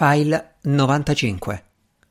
File 95.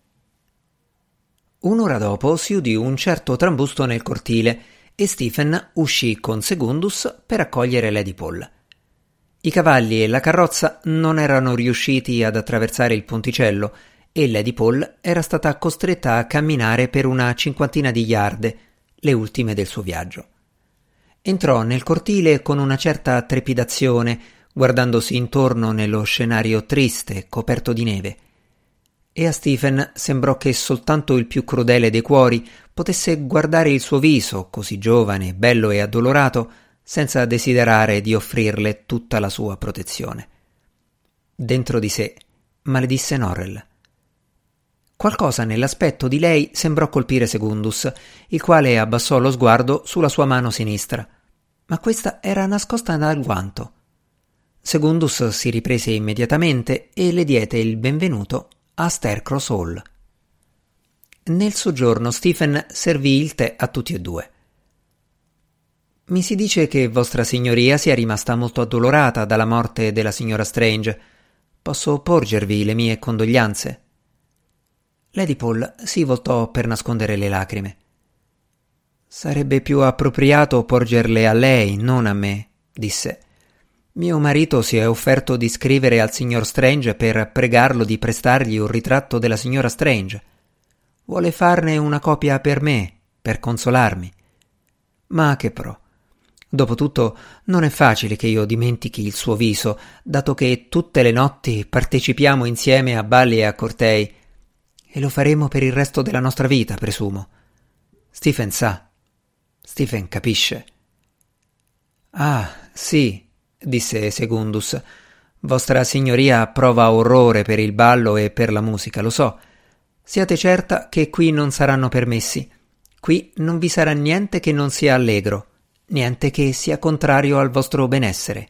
Un'ora dopo si udì un certo trambusto nel cortile e Stephen uscì con Secundus per accogliere Lady Paul. I cavalli e la carrozza non erano riusciti ad attraversare il ponticello e Lady Paul era stata costretta a camminare per una 50 di yard, le ultime del suo viaggio. Entrò nel cortile con una certa trepidazione, guardandosi intorno nello scenario triste, coperto di neve. E a Stephen sembrò che soltanto il più crudele dei cuori potesse guardare il suo viso, così giovane, bello e addolorato, senza desiderare di offrirle tutta la sua protezione. Dentro di sé maledisse Norrell. Qualcosa nell'aspetto di lei sembrò colpire Secundus, il quale abbassò lo sguardo sulla sua mano sinistra, ma questa era nascosta dal guanto. Secundus si riprese immediatamente e le diede il benvenuto a Starcross Hall. Nel soggiorno Stephen servì il tè a tutti e due. «Mi si dice che vostra signoria sia rimasta molto addolorata dalla morte della signora Strange. Posso porgervi le mie condoglianze?» Lady Paul si voltò per nascondere le lacrime. «Sarebbe più appropriato porgerle a lei, non a me», disse. «Mio marito si è offerto di scrivere al signor Strange per pregarlo di prestargli un ritratto della signora Strange. Vuole farne una copia per me, per consolarmi. Ma che pro. Dopotutto non è facile che io dimentichi il suo viso, dato che tutte le notti partecipiamo insieme a balli e a cortei, e lo faremo per il resto della nostra vita, presumo. Stephen sa. Stephen capisce». «Ah, sì», disse Secundus. «Vostra signoria prova orrore per il ballo e per la musica, lo so. Siate certa che qui non saranno permessi. Qui non vi sarà niente che non sia allegro, niente che sia contrario al vostro benessere».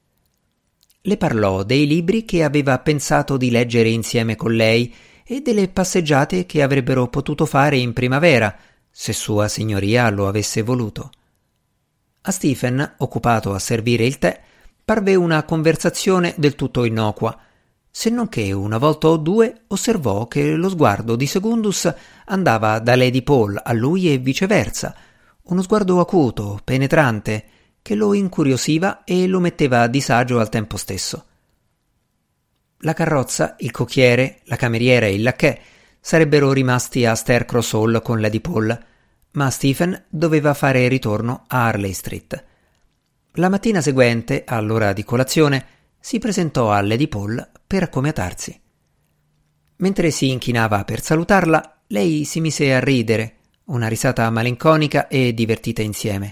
Le parlò dei libri che aveva pensato di leggere insieme con lei e delle passeggiate che avrebbero potuto fare in primavera, se sua signoria lo avesse voluto. A Stephen, occupato a servire il tè, parve una conversazione del tutto innocua, se non che una volta o due osservò che lo sguardo di Secundus andava da Lady Paul a lui e viceversa, uno sguardo acuto, penetrante, che lo incuriosiva e lo metteva a disagio al tempo stesso. La carrozza, il cocchiere, la cameriera e il lacchè sarebbero rimasti a Starcross Hall con Lady Paul, ma Stephen doveva fare ritorno a Harley Street. La mattina seguente, all'ora di colazione, si presentò a Lady Paul per accomiatarsi. Mentre si inchinava per salutarla, lei si mise a ridere, una risata malinconica e divertita insieme.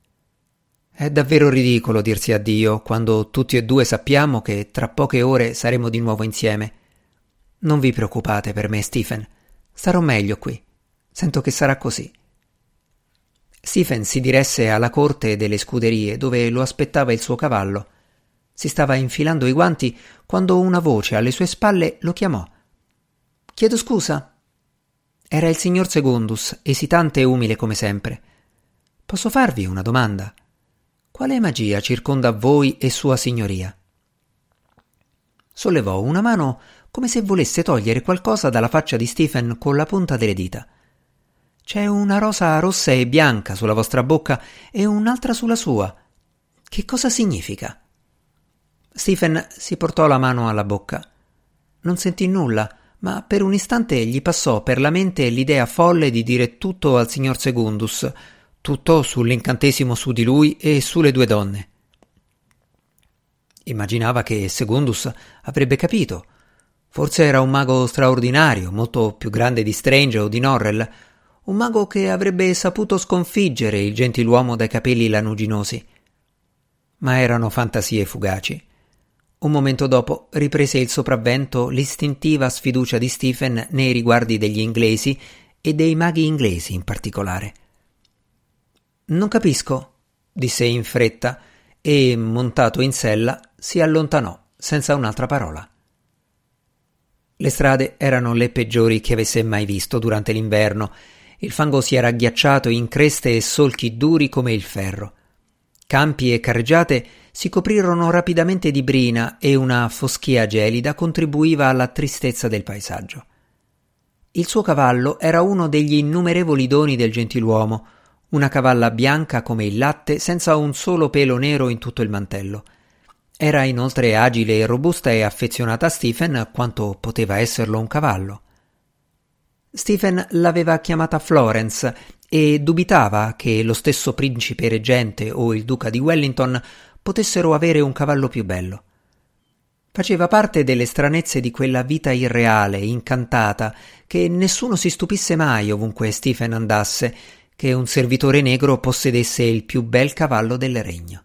«È davvero ridicolo dirsi addio quando tutti e due sappiamo che tra poche ore saremo di nuovo insieme. Non vi preoccupate per me, Stephen. Starò meglio qui. Sento che sarà così». Stephen si diresse alla corte delle scuderie dove lo aspettava il suo cavallo. Si stava infilando i guanti quando una voce alle sue spalle lo chiamò. «Chiedo scusa?» Era il signor Secundus, esitante e umile come sempre. «Posso farvi una domanda? Quale magia circonda voi e sua signoria?» Sollevò una mano come se volesse togliere qualcosa dalla faccia di Stephen con la punta delle dita. «C'è una rosa rossa e bianca sulla vostra bocca e un'altra sulla sua. Che cosa significa?» Stephen si portò la mano alla bocca. Non sentì nulla, ma per un istante gli passò per la mente l'idea folle di dire tutto al signor Secundus, tutto sull'incantesimo su di lui e sulle due donne. Immaginava che Secundus avrebbe capito. Forse era un mago straordinario, molto più grande di Strange o di Norrell, un mago che avrebbe saputo sconfiggere il gentiluomo dai capelli lanuginosi. Ma erano fantasie fugaci. Un momento dopo riprese il sopravvento l'istintiva sfiducia di Stephen nei riguardi degli inglesi e dei maghi inglesi in particolare. «Non capisco», disse in fretta e, montato in sella, si allontanò senza un'altra parola. Le strade erano le peggiori che avesse mai visto durante l'inverno. Il fango si era ghiacciato in creste e solchi duri come il ferro. Campi e carreggiate si coprirono rapidamente di brina e una foschia gelida contribuiva alla tristezza del paesaggio. Il suo cavallo era uno degli innumerevoli doni del gentiluomo, una cavalla bianca come il latte senza un solo pelo nero in tutto il mantello. Era inoltre agile e robusta e affezionata a Stephen quanto poteva esserlo un cavallo. Stephen l'aveva chiamata Florence e dubitava che lo stesso principe reggente o il duca di Wellington potessero avere un cavallo più bello. Faceva parte delle stranezze di quella vita irreale, incantata, che nessuno si stupisse mai ovunque Stephen andasse, che un servitore negro possedesse il più bel cavallo del regno.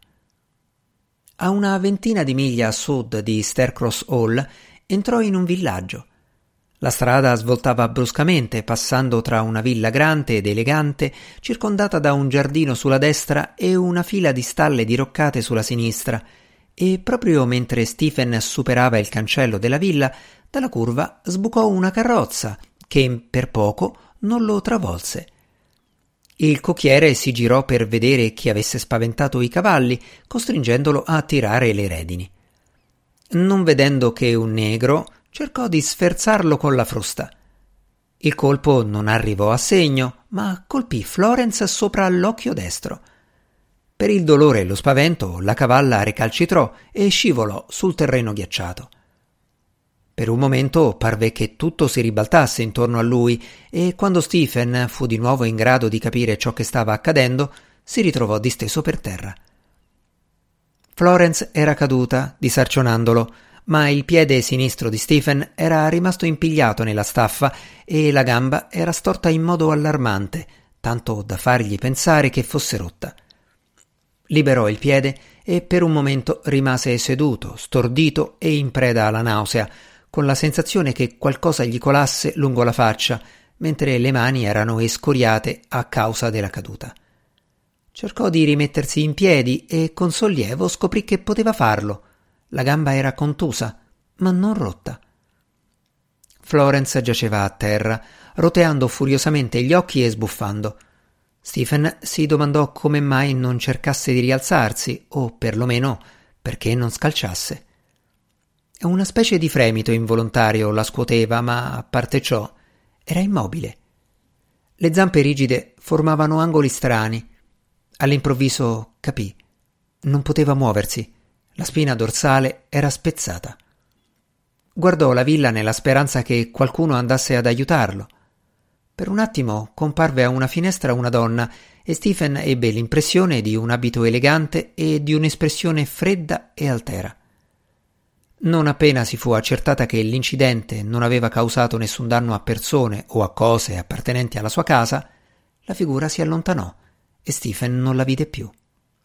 A una ventina di miglia a sud di Starcross Hall entrò in un villaggio. La strada svoltava bruscamente, passando tra una villa grande ed elegante, circondata da un giardino sulla destra e una fila di stalle diroccate sulla sinistra, e proprio mentre Stephen superava il cancello della villa, dalla curva sbucò una carrozza che per poco non lo travolse. Il cocchiere si girò per vedere chi avesse spaventato i cavalli, costringendolo a tirare le redini. Non vedendo che un negro, cercò di sferzarlo con la frusta. Il colpo non arrivò a segno, ma colpì Florence sopra l'occhio destro. Per il dolore e lo spavento, la cavalla recalcitrò e scivolò sul terreno ghiacciato. Per un momento parve che tutto si ribaltasse intorno a lui e quando Stephen fu di nuovo in grado di capire ciò che stava accadendo, si ritrovò disteso per terra. Florence era caduta, disarcionandolo, ma il piede sinistro di Stephen era rimasto impigliato nella staffa e la gamba era storta in modo allarmante, tanto da fargli pensare che fosse rotta. Liberò il piede e per un momento rimase seduto, stordito e in preda alla nausea, con la sensazione che qualcosa gli colasse lungo la faccia, mentre le mani erano escoriate a causa della caduta. Cercò di rimettersi in piedi e con sollievo scoprì che poteva farlo. La gamba era contusa, ma non rotta. Florence giaceva a terra, roteando furiosamente gli occhi e sbuffando. Stephen si domandò come mai non cercasse di rialzarsi, o perlomeno perché non scalciasse. Una specie di fremito involontario la scuoteva, ma a parte ciò era immobile. Le zampe rigide formavano angoli strani. All'improvviso capì. Non poteva muoversi. La spina dorsale era spezzata. Guardò la villa nella speranza che qualcuno andasse ad aiutarlo. Per un attimo comparve a una finestra una donna e Stephen ebbe l'impressione di un abito elegante e di un'espressione fredda e altera. Non appena si fu accertata che l'incidente non aveva causato nessun danno a persone o a cose appartenenti alla sua casa, la figura si allontanò e Stephen non la vide più.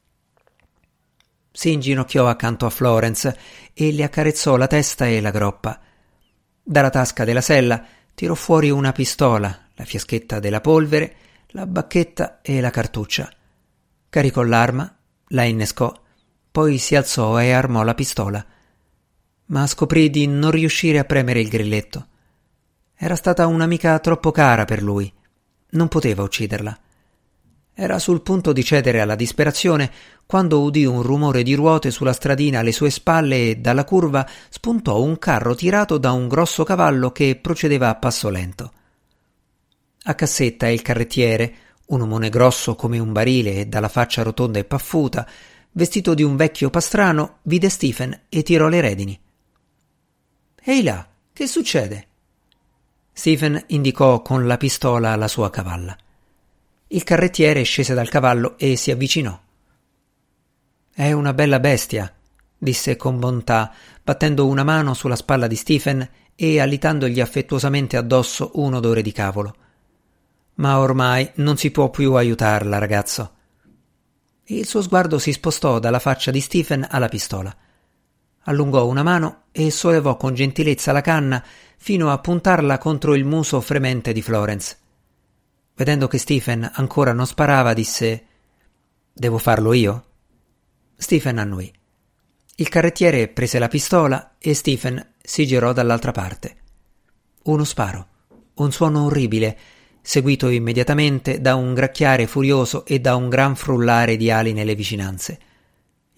Si inginocchiò accanto a Florence e le accarezzò la testa e la groppa. Dalla tasca della sella tirò fuori una pistola, la fiaschetta della polvere, la bacchetta e la cartuccia. Caricò l'arma, la innescò, poi si alzò e armò la pistola. Ma scoprì di non riuscire a premere il grilletto. Era stata un'amica troppo cara per lui. Non poteva ucciderla. Era sul punto di cedere alla disperazione quando udì un rumore di ruote sulla stradina alle sue spalle e dalla curva spuntò un carro tirato da un grosso cavallo che procedeva a passo lento. A cassetta il carrettiere, un omone grosso come un barile e dalla faccia rotonda e paffuta, vestito di un vecchio pastrano, vide Stephen e tirò le redini. «Ehi là, che succede?» Stephen indicò con la pistola la sua cavalla. Il carrettiere scese dal cavallo e si avvicinò. «È una bella bestia», disse con bontà, battendo una mano sulla spalla di Stephen e allitandogli affettuosamente addosso un odore di cavolo. «Ma ormai non si può più aiutarla, ragazzo». Il suo sguardo si spostò dalla faccia di Stephen alla pistola. Allungò una mano e sollevò con gentilezza la canna fino a puntarla contro il muso fremente di Florence. Vedendo che Stephen ancora non sparava, disse: «Devo farlo io?» Stephen annuì. Il carrettiere prese la pistola e Stephen si girò dall'altra parte. Uno sparo, un suono orribile, seguito immediatamente da un gracchiare furioso e da un gran frullare di ali nelle vicinanze.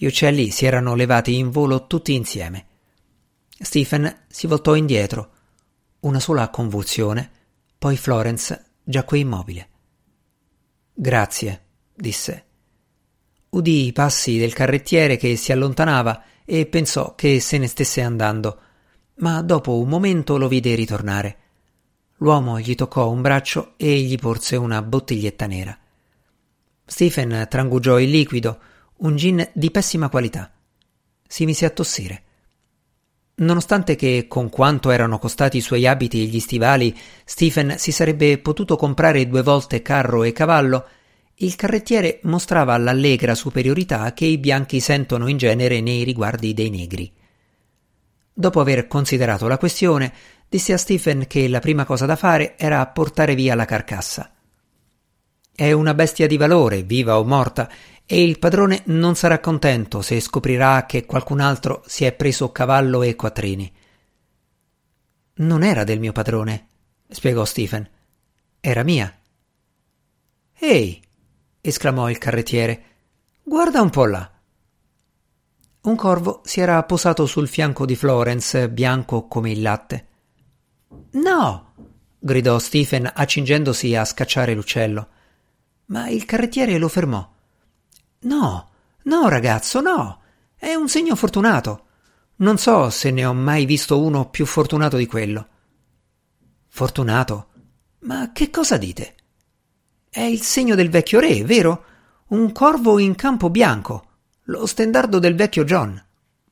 Gli uccelli si erano levati in volo tutti insieme. Stephen si voltò indietro. Una sola convulsione, poi Florence giacque immobile. «Grazie», disse. Udì i passi del carrettiere che si allontanava e pensò che se ne stesse andando, ma dopo un momento lo vide ritornare. L'uomo gli toccò un braccio e gli porse una bottiglietta nera. Stephen trangugiò il liquido, un gin di pessima qualità. Si mise a tossire. Nonostante che, con quanto erano costati i suoi abiti e gli stivali, Stephen si sarebbe potuto comprare 2 volte carro e cavallo, il carrettiere mostrava l'allegra superiorità che i bianchi sentono in genere nei riguardi dei negri. Dopo aver considerato la questione, disse a Stephen che la prima cosa da fare era portare via la carcassa. «È una bestia di valore, viva o morta, e il padrone non sarà contento se scoprirà che qualcun altro si è preso cavallo e quattrini». «Non era del mio padrone», spiegò Stephen. «Era mia». «Ehi!» esclamò il carrettiere. «Guarda un po' là». Un corvo si era posato sul fianco di Florence, bianco come il latte. «No!» gridò Stephen, accingendosi a scacciare l'uccello. Ma il carrettiere lo fermò. «No, no, ragazzo, no! È un segno fortunato. Non so se ne ho mai visto uno più fortunato di quello». «Fortunato? Ma che cosa dite?» «È il segno del vecchio re, vero? Un corvo in campo bianco, lo stendardo del vecchio John».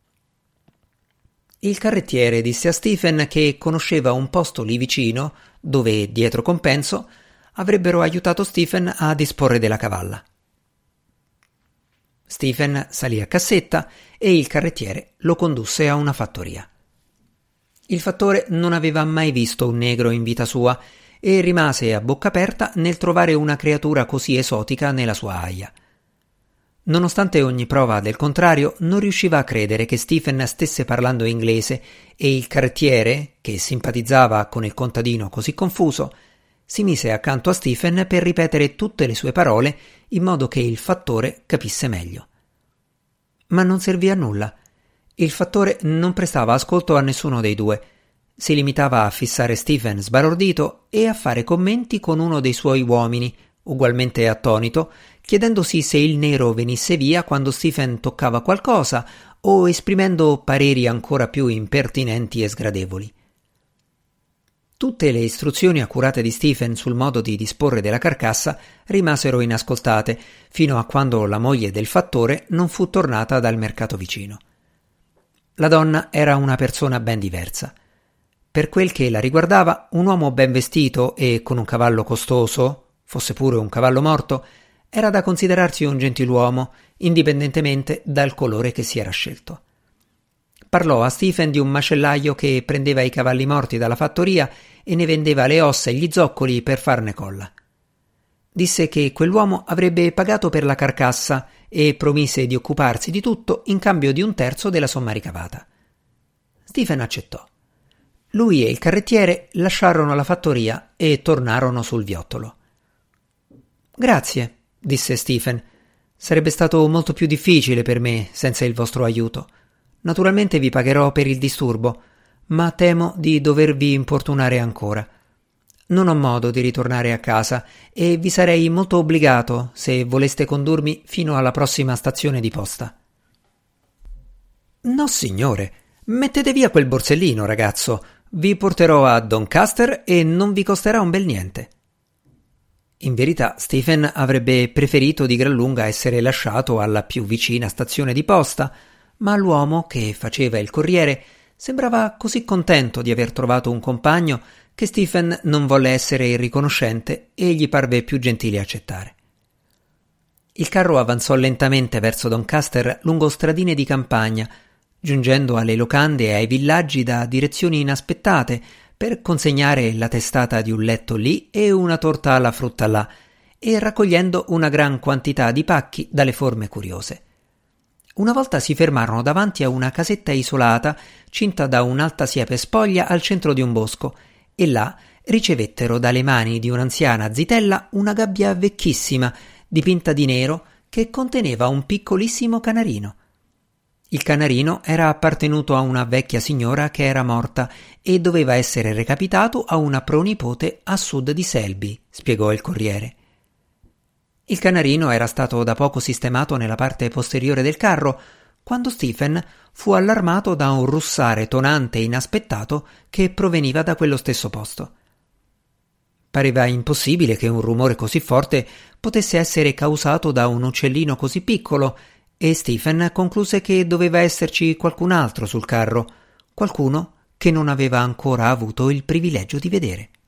Il carrettiere disse a Stephen che conosceva un posto lì vicino, dove, dietro compenso, avrebbero aiutato Stephen a disporre della cavalla. Stephen salì a cassetta e il carrettiere lo condusse a una fattoria. Il fattore non aveva mai visto un negro in vita sua e rimase a bocca aperta nel trovare una creatura così esotica nella sua aia. Nonostante ogni prova del contrario, non riusciva a credere che Stephen stesse parlando inglese e il carrettiere, che simpatizzava con il contadino così confuso, si mise accanto a Stephen per ripetere tutte le sue parole in modo che il fattore capisse meglio. Ma non servì a nulla. Il fattore non prestava ascolto a nessuno dei due. Si limitava a fissare Stephen sbalordito e a fare commenti con uno dei suoi uomini, ugualmente attonito, chiedendosi se il nero venisse via quando Stephen toccava qualcosa o esprimendo pareri ancora più impertinenti e sgradevoli. Tutte le istruzioni accurate di Stephen sul modo di disporre della carcassa rimasero inascoltate fino a quando la moglie del fattore non fu tornata dal mercato vicino. La donna era una persona ben diversa. Per quel che la riguardava, un uomo ben vestito e con un cavallo costoso, fosse pure un cavallo morto, era da considerarsi un gentiluomo, indipendentemente dal colore che si era scelto. Parlò a Stephen di un macellaio che prendeva i cavalli morti dalla fattoria e ne vendeva le ossa e gli zoccoli per farne colla. Disse che quell'uomo avrebbe pagato per la carcassa e promise di occuparsi di tutto in cambio di 1/3 della somma ricavata. Stephen accettò. Lui e il carrettiere lasciarono la fattoria e tornarono sul viottolo. «Grazie», disse Stephen. «Sarebbe stato molto più difficile per me senza il vostro aiuto. Naturalmente vi pagherò per il disturbo, ma temo di dovervi importunare ancora. Non ho modo di ritornare a casa e vi sarei molto obbligato se voleste condurmi fino alla prossima stazione di posta». «No, signore, mettete via quel borsellino, ragazzo. Vi porterò a Doncaster e non vi costerà un bel niente». In verità, Stephen avrebbe preferito di gran lunga essere lasciato alla più vicina stazione di posta, ma l'uomo che faceva il corriere sembrava così contento di aver trovato un compagno che Stephen non volle essere irriconoscente e gli parve più gentile accettare. Il carro avanzò lentamente verso Doncaster lungo stradine di campagna, giungendo alle locande e ai villaggi da direzioni inaspettate per consegnare la testata di un letto lì e una torta alla frutta là, e raccogliendo una gran quantità di pacchi dalle forme curiose. Una volta si fermarono davanti a una casetta isolata, cinta da un'alta siepe spoglia al centro di un bosco, e là ricevettero dalle mani di un'anziana zitella una gabbia vecchissima, dipinta di nero, che conteneva un piccolissimo canarino. Il canarino era appartenuto a una vecchia signora che era morta e doveva essere recapitato a una pronipote a sud di Selby, spiegò il corriere. Il canarino era stato da poco sistemato nella parte posteriore del carro, quando Stephen fu allarmato da un russare tonante e inaspettato che proveniva da quello stesso posto. Pareva impossibile che un rumore così forte potesse essere causato da un uccellino così piccolo, e Stephen concluse che doveva esserci qualcun altro sul carro, qualcuno che non aveva ancora avuto il privilegio di vedere.